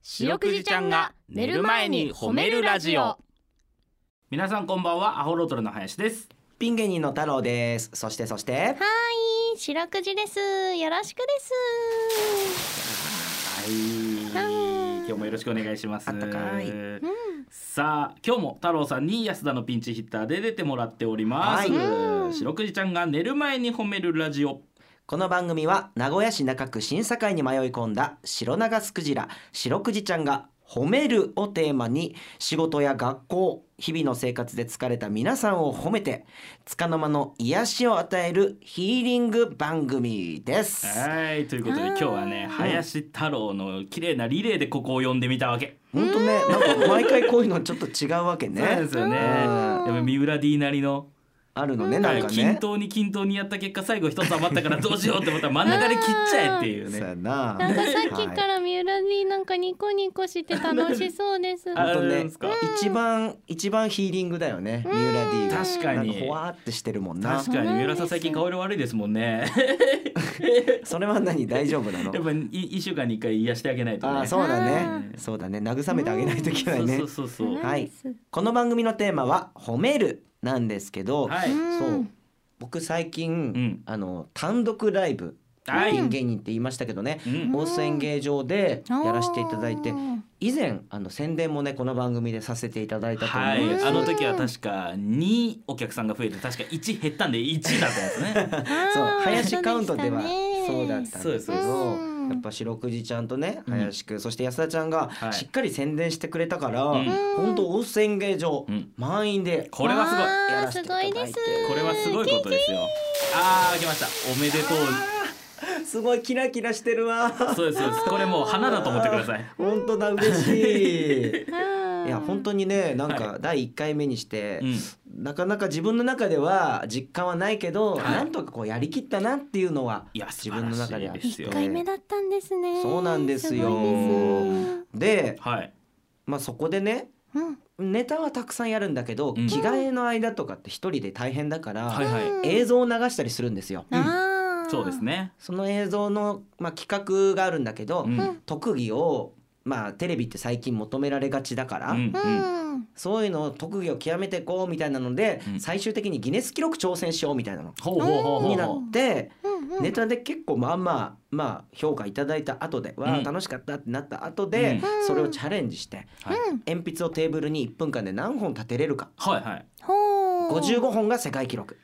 白くじちゃんが寝る前に褒めるラジオ。 皆さんこんばんは、アホロトルの林です。 ピン芸人の太郎です。そしてはい、白くじです。よろしくです。 今日もよろしくお願いします。 あったかい、 さあ今日も太郎さんに安田のピンチヒッターで出てもらっております。白くじちゃんが寝る前に褒めるラジオ。 この番組は名古屋市中区審査会に迷い込んだ白長スクジラ白くじちゃんが褒めるをテーマに仕事や学校日々の生活で疲れた皆さんを褒めて束の間の癒しを与えるヒーリング番組です。 はいということで今日はね林太郎の綺麗なリレーでここを読んでみたわけ。 本当ね、なんか毎回こういうのちょっと違うわけね。 そうですよね。やっぱ三浦 D なりのあるのね、なんかね均等にやった結果最後一つ余ったからどうしようって思ったら真ん中で切っちゃえっていうね。 そうやな。 なんかさっきから三浦 D なんかニコニコして楽しそうです。 本当ね、 ですか。 一番ヒーリングだよね、三浦 D が。 確かになんかほわーってしてるもんな。 確かに三浦さん最近顔色悪いですもんね。 それは何、大丈夫なの？ やっぱ1週間に1回癒してあげないとね。 そうだね、そうだね、慰めてあげないといけないね。 そうはい、この番組のテーマは褒めるなんですけど、 はい、 そう僕最近、単独ライブ、ピン芸人って言いましたけどね、大須演芸場でやらせていただいて、以前宣伝もねこの番組でさせていただいたと思うんです。 あの時は確か2お客さんが増えて確か1減ったんで1だったやつね。 そう、林カウントではそうだったんですけど、やっぱ白くじちゃんとね林くん、そして安田ちゃんがしっかり宣伝してくれたから、本当大須演芸場、満員でこれはすごいやらせていただいて、 これはすごいことですよ。来ました、おめでとう。 すごいキラキラしてるわ。 そうですこれもう花だと思ってください。 本当だ、嬉しい。いや本当にね、なんか第1回目にして、なかなか自分の中では実感はないけど、なんとかこうやりきったなっていうのは自分の中であって、 1回目だったんですね。 そうなんですよ。で、そこでね、ネタはたくさんやるんだけど、着替えの間とかって一人で大変だから、映像を流したりするんですよ。 そうですね。 その映像の、企画があるんだけど、特技をテレビって最近求められがちだから、そういうのを特技を極めていこうみたいなので、最終的にギネス記録挑戦しようみたいなのになって、ネタで結構評価いただいた後で、楽しかったってなった後で、それをチャレンジして、鉛筆をテーブルに1分間で何本立てれるか、55本が世界記録。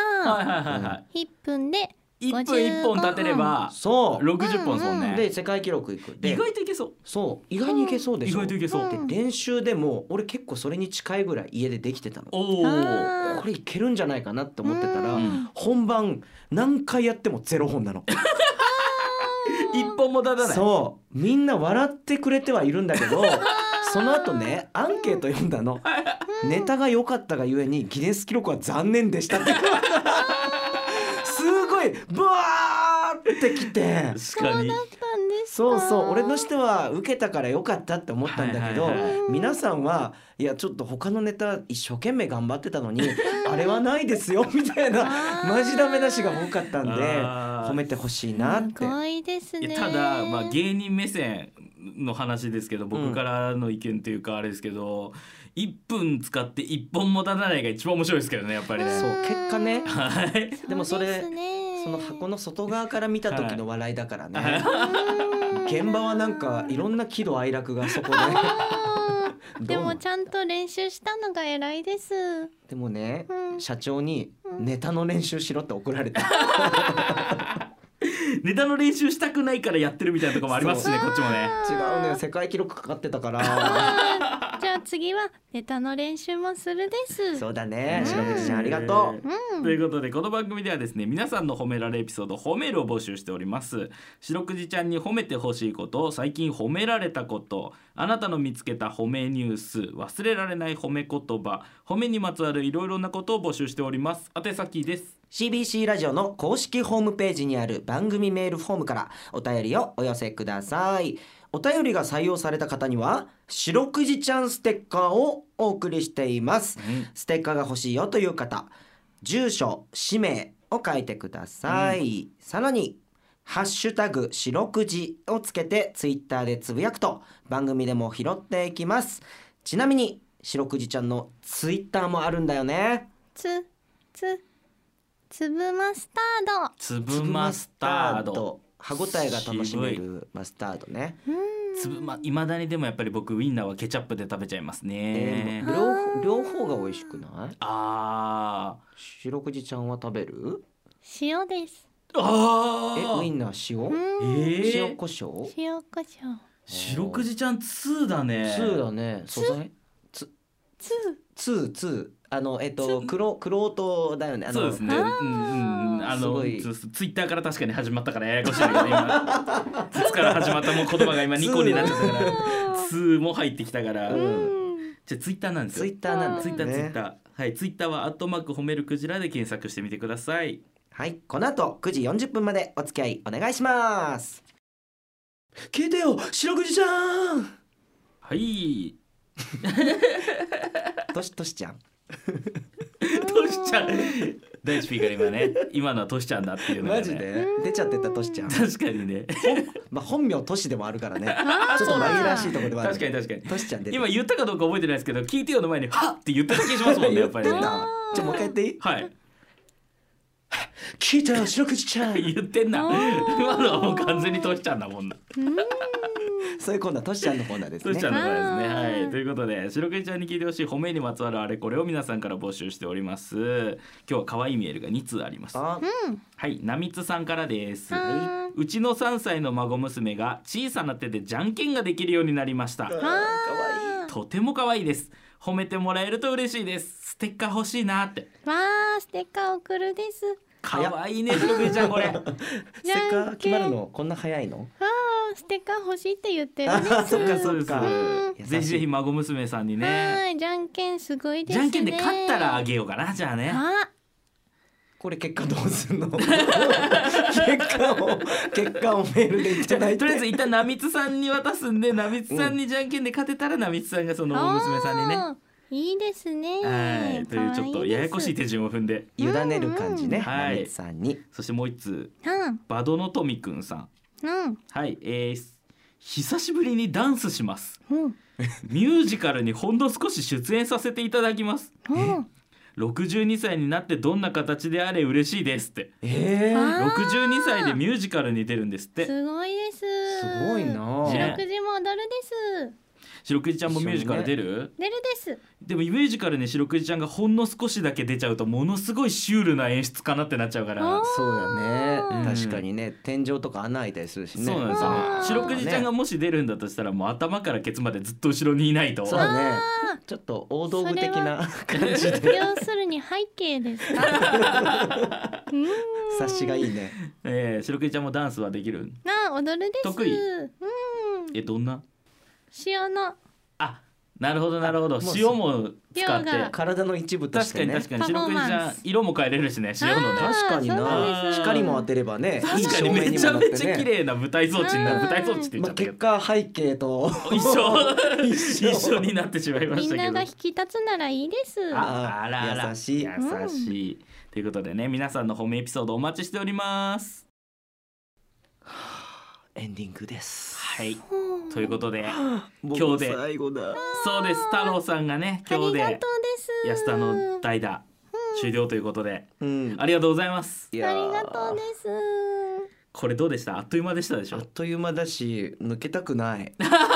1分で 1分1本立てればそう 60本そうね。 で世界記録いく。 意外といけそう。 そう、意外にいけそうでしょ。 意外といけそう。 で練習でも俺結構それに近いぐらい家でできてたの。これいけるんじゃないかなって思ってたら、本番何回やっても0本なの。 1本も立たない。 そう、みんな笑ってくれてはいるんだけど、その後ねアンケート読んだの。ネタが良かったがゆえにギネス記録は残念でしたって。すごいブワーってきて、 確かにそう俺のしては受けたから良かったって思ったんだけど、皆さんはいやちょっと他のネタ一生懸命頑張ってたのにあれはないですよみたいなマジダメ出しが多かったんで、褒めてほしいなって。 すごいですね。 ただ芸人目線の話ですけど、僕からの意見というかあれですけど、1分使って1本も立たないが一番面白いですけどね、やっぱりね。 そう結果ね。でもそれそのの箱の外側から見た時の笑いだからね。現場はなんかいろんな喜怒哀楽がそこで。 でもちゃんと練習したのが偉いです。 でもね、社長にネタの練習しろって怒られた。 ネタの練習したくないからやってるみたいなところもありますしね、こっちもね。 違うね、世界記録かかってたから。 じゃあ次はネタの練習もするです。 そうだね、白口ちゃんありがとう。ということでこの番組ではですね、皆さんの褒められエピソード褒めるを募集しております。白くじちゃんに褒めてほしいこと、最近褒められたこと、あなたの見つけた褒めニュース、忘れられない褒め言葉、褒めにまつわるいろいろなことを募集しております。宛先です。 CBC ラジオの公式ホームページにある番組メールフォームからお便りをお寄せください。お便りが採用された方には白くじちゃんステッカーをお送りしています。ステッカーが欲しいよという方、住所氏名を書いてください。さらにハッシュタグ白くじをつけてツイッターでつぶやくと番組でも拾っていきます。ちなみに白くじちゃんのツイッターもあるんだよね。 粒マスタード。 粒マスタード、 歯ごたえが楽しめるマスタードね。 未だにでもやっぱり僕ウインナーはケチャップで食べちゃいますね。 両方が美味しくない？白くじちゃんは食べる？ 塩です。 ウインナー塩？塩コショウ？ 塩コショウ。 白くじちゃん2だね。 2だね。素材2クロートだよね。 そうですね。ツイッターから確かに始まったからややこしいんだけど、今いつから始まったもう言葉が今2個になっちゃったから2も入ってきたから、じゃあツイッターなんですよ。 ツイッターなんだね。 ツイッターはい、ツイッターは褒めるクジラで検索してみてください。 はい、この後9時40分までお付き合いお願いします。聞いてよ白くじちゃん。 はい。 としちゃん。 としちゃん。第一ピーから今ね、今のはとしちゃんだっていうのがね。 マジで出ちゃってたとしちゃん。 確かにね。 本名としでもあるからね。ちょっと紛らわしいところではある。 確かに。 としちゃんで。 今言ったかどうか覚えてないですけど、聞いてよの前にはって言ってた気がしますもんね、やっぱりね。 もう一回言っていい？ はい。 聞いたよ白くじちゃん。 言ってんな。今のはもう完全にとしちゃんだもんな。 そういうコーナーとしちゃんのコーナーですね。 としちゃんのコーナーですね。はい。ということで白くじちゃんに聞いてほしい褒めにまつわるあれこれを皆さんから募集しております。今日は可愛いメールが2通あります。はい。なみつさんからです。うちの3歳の孫娘が小さな手でじゃんけんができるようになりました。とても可愛いです。褒めてもらえると嬉しいです。ステッカー欲しいなって。 ステッカー送るです。 可愛いね白くじちゃんこれ。 ステッカー決まるのこんな早いの？ ステッカー欲しいって言ってるんです。 そっかそうです。ぜひぜひ孫娘さんにね。 じゃんけんすごいですね。 じゃんけんで勝ったらあげようかな。じゃあね。 これ結果どうすんの？結果をメールでいただいて。 とりあえず一旦なみつさんに渡すんで、なみつさんにじゃんけんで勝てたらなみつさんがその娘さんにね。 いいですね。 はい、というちょっとややこしい手順を踏んで委ねる感じね。 なみつさんに。 そしてもう一通、バドのとみくんさん。はい、久しぶりにダンスします。ミュージカルにほんの少し出演させていただきます。62歳になってどんな形であれ嬉しいですって。62歳でミュージカルに出るんですって。 すごいです。 すごいな。 白くじも踊るです。 白くじちゃんもミュージカル出る？ 出るです。 でもミュージカルに白くじちゃんがほんの少しだけ出ちゃうとものすごいシュールな演出かなってなっちゃうから。 そうだね。確かにね、天井とか穴開いたりするしね。 そうなんですよね。白くじちゃんがもし出るんだとしたらもう頭からケツまでずっと後ろにいないと。 そうだね。ちょっと大道具的な感じで。 要するに背景ですか？ 察しがいいね。 白くじちゃんもダンスはできる？ 踊るです。 得意？どんな？ 塩の。 なるほどなるほど。塩も使って体の一部としてね。 確かに白くじちゃん色も変えれるしね、塩のね。 確かにな。光も当てればね。 確かにめちゃめちゃ綺麗な舞台装置になる。舞台装置って言っちゃったけど。 結果背景と一緒になってしまいましたけど。 みんなが引き立つならいいです。 あら優しい優しい。ということでね、皆さんの褒めエピソードお待ちしております。 エンディングです。 はい。ということで今日で最後だ。 そうです。太郎さんがね今日で安田の代打終了ということで、ありがとうございます。 ありがとうです。 これどうでした？あっという間でしたでしょ？ あっという間だし抜けたくない。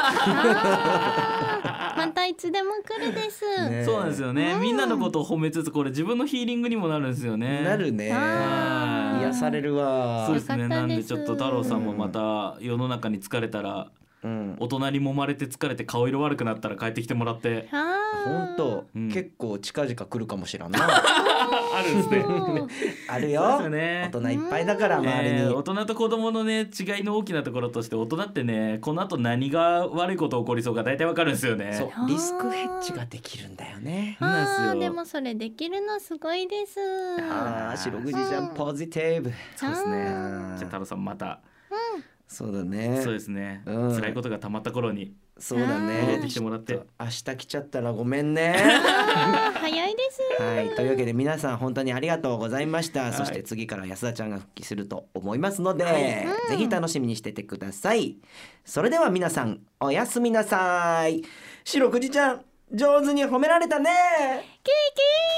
またいつでも来るです。 そうなんですよね。みんなのことを褒めつつこれ自分のヒーリングにもなるんですよね。 なるね。癒されるわ。 そうですね。なんでちょっと太郎さんもまた世の中に疲れたら、大人に揉まれて疲れて顔色悪くなったら帰ってきてもらって。 本当、結構近々来るかもしれんな。 あるんですね。 あるよ。大人いっぱいだから周りに。 大人と子供のね違いの大きなところとして大人ってねこの後何が悪いこと起こりそうか大体わかるんですよね。 そうリスクヘッジができるんだよね。 でもそれできるのすごいです。 白くじちゃんポジティブ。 そうですね。じゃあ太郎さんまた。 そうだね。 そうですね、 うん辛いことがたまった頃にそうだ戻ねってきてもらって明日来ちゃったらごめんね早いですはい、というわけで皆さん本当にありがとうございました、 いそして次から安田ちゃんが復帰すると思いますので、 うんぜひ楽しみにしててください。それでは皆さんおやすみなさい。白くじちゃん上手に褒められたね。 ケーキ